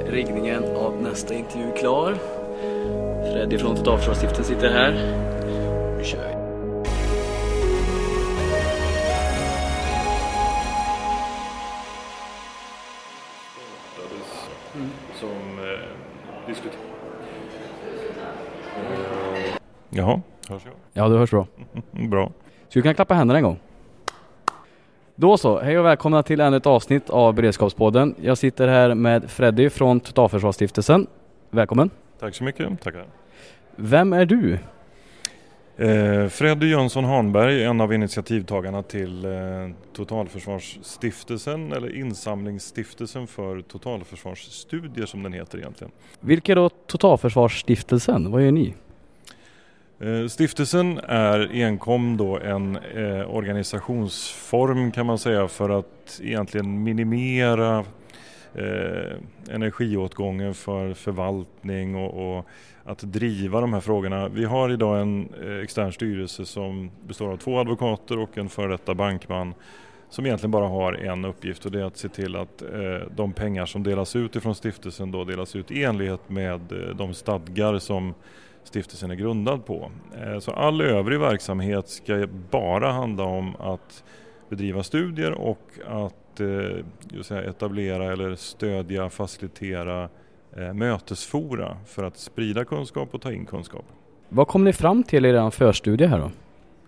riggningen av nästa intervju klar. Freddy från Totalförsvarsstiftelsen sitter här. Nu kör vi. Som diskuterar. Jaha, hörs jag? Ja, du hörs bra. Bra. Så du kan klappa händerna en gång. Då så, hej och välkomna till ännu ett avsnitt av Beredskapspodden. Jag sitter här med Freddy från Totalförsvarsstiftelsen. Välkommen. Tack så mycket, tackar. Vem är du? Freddy Jönsson Hanberg, en av initiativtagarna till Totalförsvarsstiftelsen eller insamlingsstiftelsen för totalförsvarsstudier som den heter egentligen. Vilka är då Totalförsvarsstiftelsen? Vad gör ni? Stiftelsen är enkom då en organisationsform kan man säga för att egentligen minimera energiåtgången för förvaltning och att driva de här frågorna. Vi har idag en extern styrelse som består av 2 advokater och en före detta bankman som egentligen bara har en uppgift, och det är att se till att de pengar som delas ut ifrån stiftelsen då delas ut i enlighet med de stadgar som stiftelsen är grundad på. Så all övrig verksamhet ska bara handla om att bedriva studier och att etablera eller stödja, facilitera mötesfora för att sprida kunskap och ta in kunskap. Vad kom ni fram till i er förstudie här då?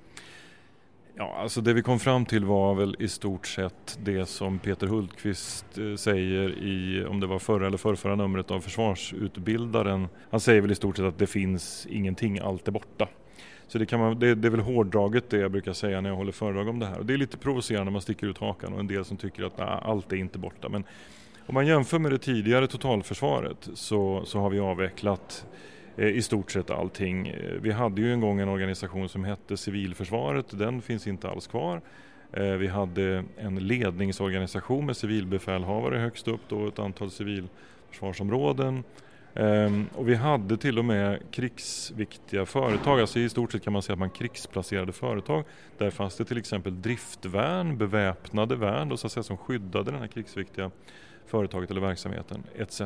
Ja, alltså det vi kom fram till var väl i stort sett det som Peter Hultqvist säger i, om det var förra eller förrförra numret av Försvarsutbildaren. Han säger väl i stort sett att det finns ingenting, allt är borta. Så det är väl hårdraget det jag brukar säga när jag håller föredrag om det här. Och det är lite provocerande när man sticker ut hakan och en del som tycker att allt är inte borta. Men om man jämför med det tidigare totalförsvaret så har vi avvecklat i stort sett allting. Vi hade ju en gång en organisation som hette Civilförsvaret, den finns inte alls kvar. Vi hade en ledningsorganisation med civilbefälhavare högst upp då, ett antal civilförsvarsområden. Och vi hade till och med krigsviktiga företag, alltså i stort sett kan man säga att man krigsplacerade företag. Där fanns det till exempel driftvärn, beväpnade värn då, så att säga, som skyddade den här krigsviktiga företaget eller verksamheten etc.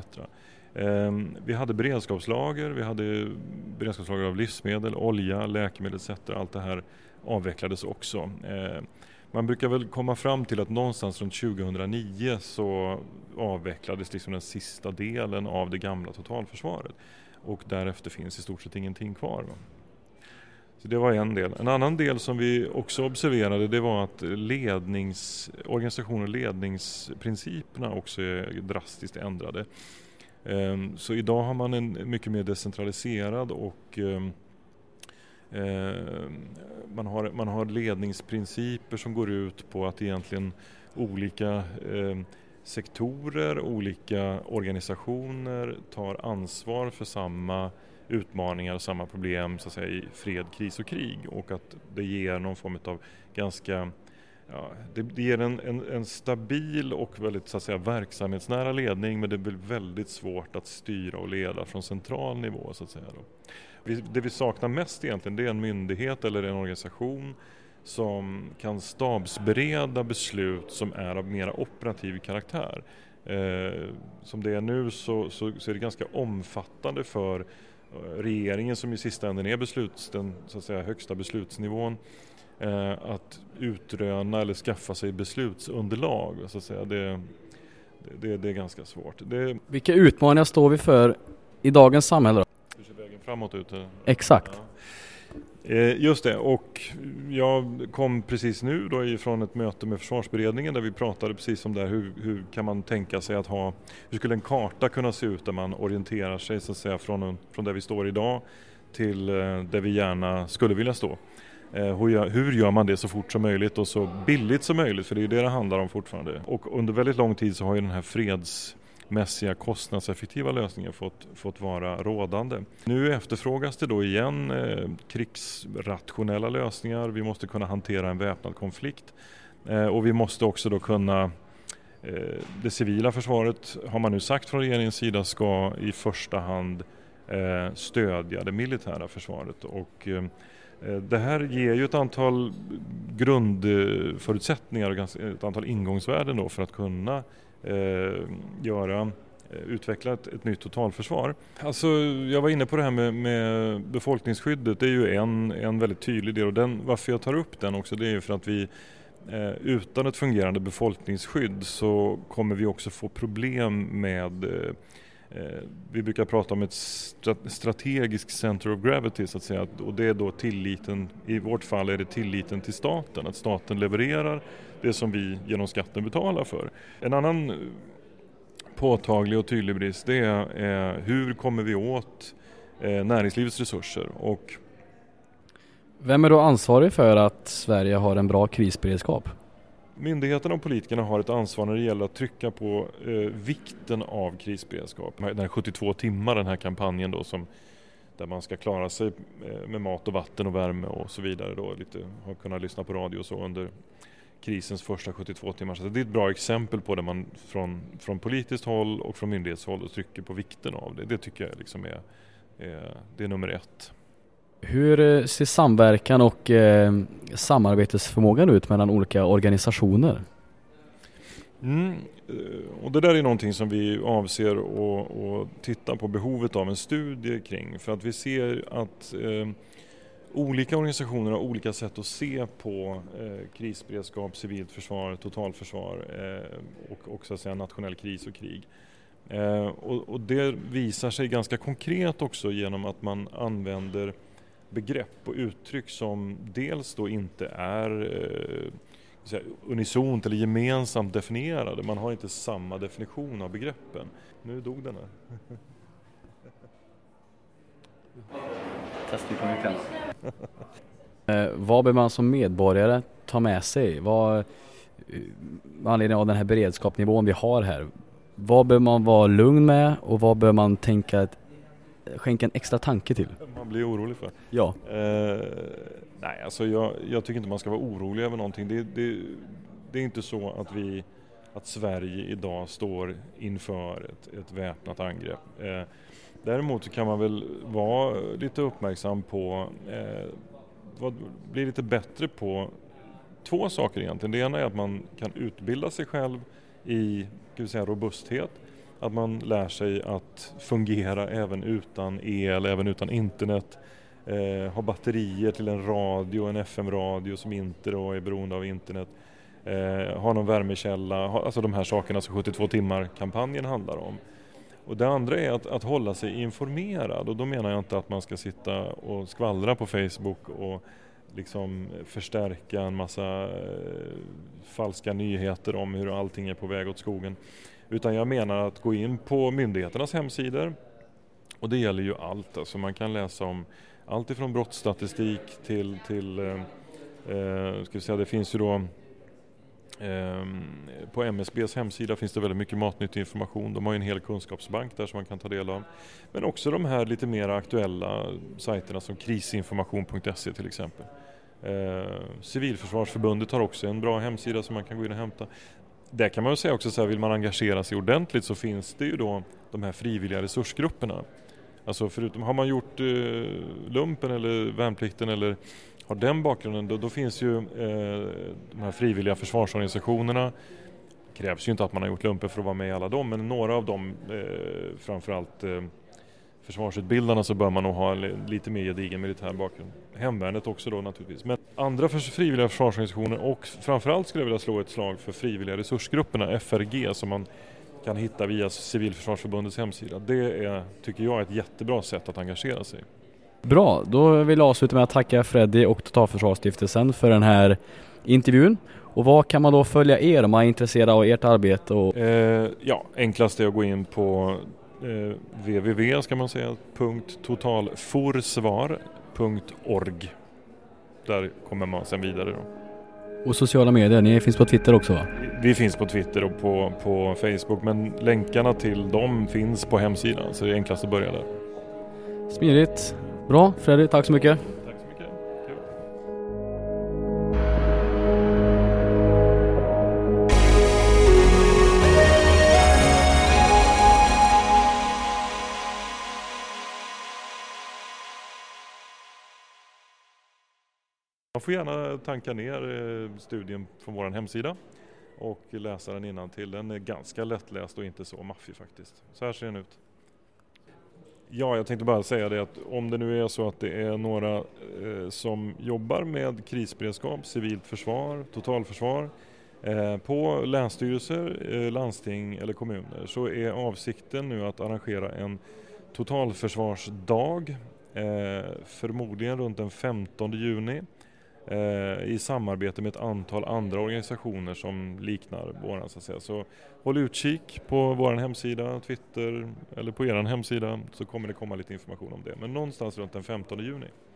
Vi hade beredskapslager av livsmedel, olja, läkemedel etc. Allt det här avvecklades också. Man brukar väl komma fram till att någonstans runt 2009 så avvecklades liksom den sista delen av det gamla totalförsvaret. Och därefter finns i stort sett ingenting kvar. Va? Så det var en del. En annan del som vi också observerade, det var att organisation- och ledningsprinciperna också är drastiskt ändrade. Så idag har man en mycket mer decentraliserad och man har ledningsprinciper som går ut på att egentligen olika sektorer, olika organisationer tar ansvar för samma utmaningar och samma problem så att säga, i fred, kris och krig, och att det ger någon form av ganska det ger en stabil och väldigt så att säga verksamhetsnära ledning, men det blir väldigt svårt att styra och leda från central nivå så att säga då. Det vi saknar mest egentligen, det är en myndighet eller en organisation som kan stabsbereda beslut som är av mer operativ karaktär. Som det är nu så är det ganska omfattande för regeringen, som i sista änden är den så att säga högsta beslutsnivån, att utröna eller skaffa sig beslutsunderlag så att säga. Det är ganska svårt. Vilka utmaningar står vi för i dagens samhälle då? Du ser vägen framåt ut. Exakt. Ja. Just det, och jag kom precis nu då ifrån ett möte med försvarsberedningen där vi pratade precis om det här, hur kan man tänka sig att hur skulle en karta kunna se ut där man orienterar sig så att säga från där vi står idag till där vi gärna skulle vilja stå. Hur gör man det så fort som möjligt och så billigt som möjligt, för det är det handlar om fortfarande. Och under väldigt lång tid så har ju den här fredsmässiga kostnadseffektiva lösningen fått vara rådande. Nu efterfrågas det då igen krigsrationella lösningar. Vi måste kunna hantera en väpnad konflikt och vi måste också då kunna det civila försvaret, har man nu sagt från regeringens sida, ska i första hand stödja det militära försvaret, och det här ger ju ett antal grundförutsättningar och ett antal ingångsvärden då för att kunna göra utveckla ett nytt totalförsvar. Alltså, jag var inne på det här med befolkningsskyddet. Det är ju en väldigt tydlig del, och varför jag tar upp den också, det är ju för att vi utan ett fungerande befolkningsskydd så kommer vi också få problem med vi brukar prata om ett strategiskt center of gravity så att säga, och det är då tilliten, i vårt fall är det tilliten till staten, att staten levererar det som vi genom skatten betalar för. En annan påtaglig och tydlig brist, det är hur kommer vi åt näringslivets resurser. Och vem är då ansvarig för att Sverige har en bra krisberedskap? Myndigheterna och politikerna har ett ansvar när det gäller att trycka på vikten av krisberedskap. Den här 72 timmar, den här kampanjen då, där man ska klara sig med mat och vatten och värme och så vidare. Då, har kunnat lyssna på radio och så under krisens första 72 timmar. Så det är ett bra exempel på där man från politiskt håll och från myndighetshåll trycker på vikten av det. Det tycker jag liksom det är nummer ett. Hur ser samverkan och samarbetsförmågan ut mellan olika organisationer? Och det där är någonting som vi avser att titta på behovet av en studie kring. För att vi ser att olika organisationer har olika sätt att se på krisberedskap, civilt försvar, totalförsvar och så att säga nationell kris och krig. Och det visar sig ganska konkret också genom att man använder begrepp och uttryck som dels då inte är unisont eller gemensamt definierade. Man har inte samma definition av begreppen. Nu dog den här. Testning på micken. Vad bör man som medborgare ta med sig? Med anledning av den här beredskapsnivån vi har här. Vad bör man vara lugn med och vad bör man skänka en extra tanke till? Man blir orolig för. Ja. Nej, alltså jag tycker inte man ska vara orolig över någonting. Det är inte så att Sverige idag står inför ett väpnat angrepp. Däremot kan man väl vara lite uppmärksam på bli lite bättre på två saker egentligen. Det ena är att man kan utbilda sig själv i robusthet. Att man lär sig att fungera även utan el, även utan internet. Ha batterier till en radio, en FM-radio som inte då är beroende av internet. Ha någon värmekälla, alltså de här sakerna som 72 timmar-kampanjen handlar om. Och det andra är att hålla sig informerad, och då menar jag inte att man ska sitta och skvallra på Facebook och liksom förstärka en massa falska nyheter om hur allting är på väg åt skogen. Utan jag menar att gå in på myndigheternas hemsidor, och det gäller ju allt. Alltså man kan läsa om allt ifrån brottsstatistik till det finns ju då på MSBs hemsida finns det väldigt mycket matnyttig information. De har ju en hel kunskapsbank där som man kan ta del av. Men också de här lite mer aktuella sajterna som krisinformation.se till exempel. Civilförsvarsförbundet har också en bra hemsida som man kan gå in och hämta. Där kan man ju säga också så här, vill man engagera sig ordentligt så finns det ju då de här frivilliga resursgrupperna. Alltså förutom, har man gjort lumpen eller värnplikten eller har den bakgrunden, då finns ju de här frivilliga försvarsorganisationerna. Det krävs ju inte att man har gjort lumpen för att vara med i alla dem, men några av dem, framförallt försvarsutbildarna, så bör man nog ha lite mer gedigen militär bakgrund. Hemvärnet också då naturligtvis. Men andra frivilliga försvarsorganisationer, och framförallt skulle jag vilja slå ett slag för frivilliga resursgrupperna, FRG, som man kan hitta via Civilförsvarsförbundets hemsida. Det är, tycker jag, ett jättebra sätt att engagera sig. Bra, då vill jag avsluta med att tacka Freddy och Totalförsvarsstiftelsen för den här intervjun. Och vad kan man då följa er om man är intresserad av ert arbete? Och enklast är att gå in på www.totalforsvar.org. Där kommer man sen vidare då. Och sociala medier, ni finns på Twitter också, va? Vi finns på Twitter och på Facebook, men länkarna till dem finns på hemsidan, så det är enklast att börja där. Smidigt. Bra, Freddy, tack så mycket. Tack så mycket. Kul. Man får gärna tanka ner studien från vår hemsida. och läsa den innantill. Den är ganska lättläst och inte så maffig faktiskt. Så här ser den ut. Ja, jag tänkte bara säga det att om det nu är så att det är några som jobbar med krisberedskap, civilt försvar, totalförsvar på länsstyrelser, landsting eller kommuner, så är avsikten nu att arrangera en totalförsvarsdag förmodligen runt den 15 juni i samarbete med ett antal andra organisationer som liknar våran, så att säga. Så håll utkik på vår hemsida, Twitter eller på er hemsida, så kommer det komma lite information om det. Men någonstans runt den 15 juni.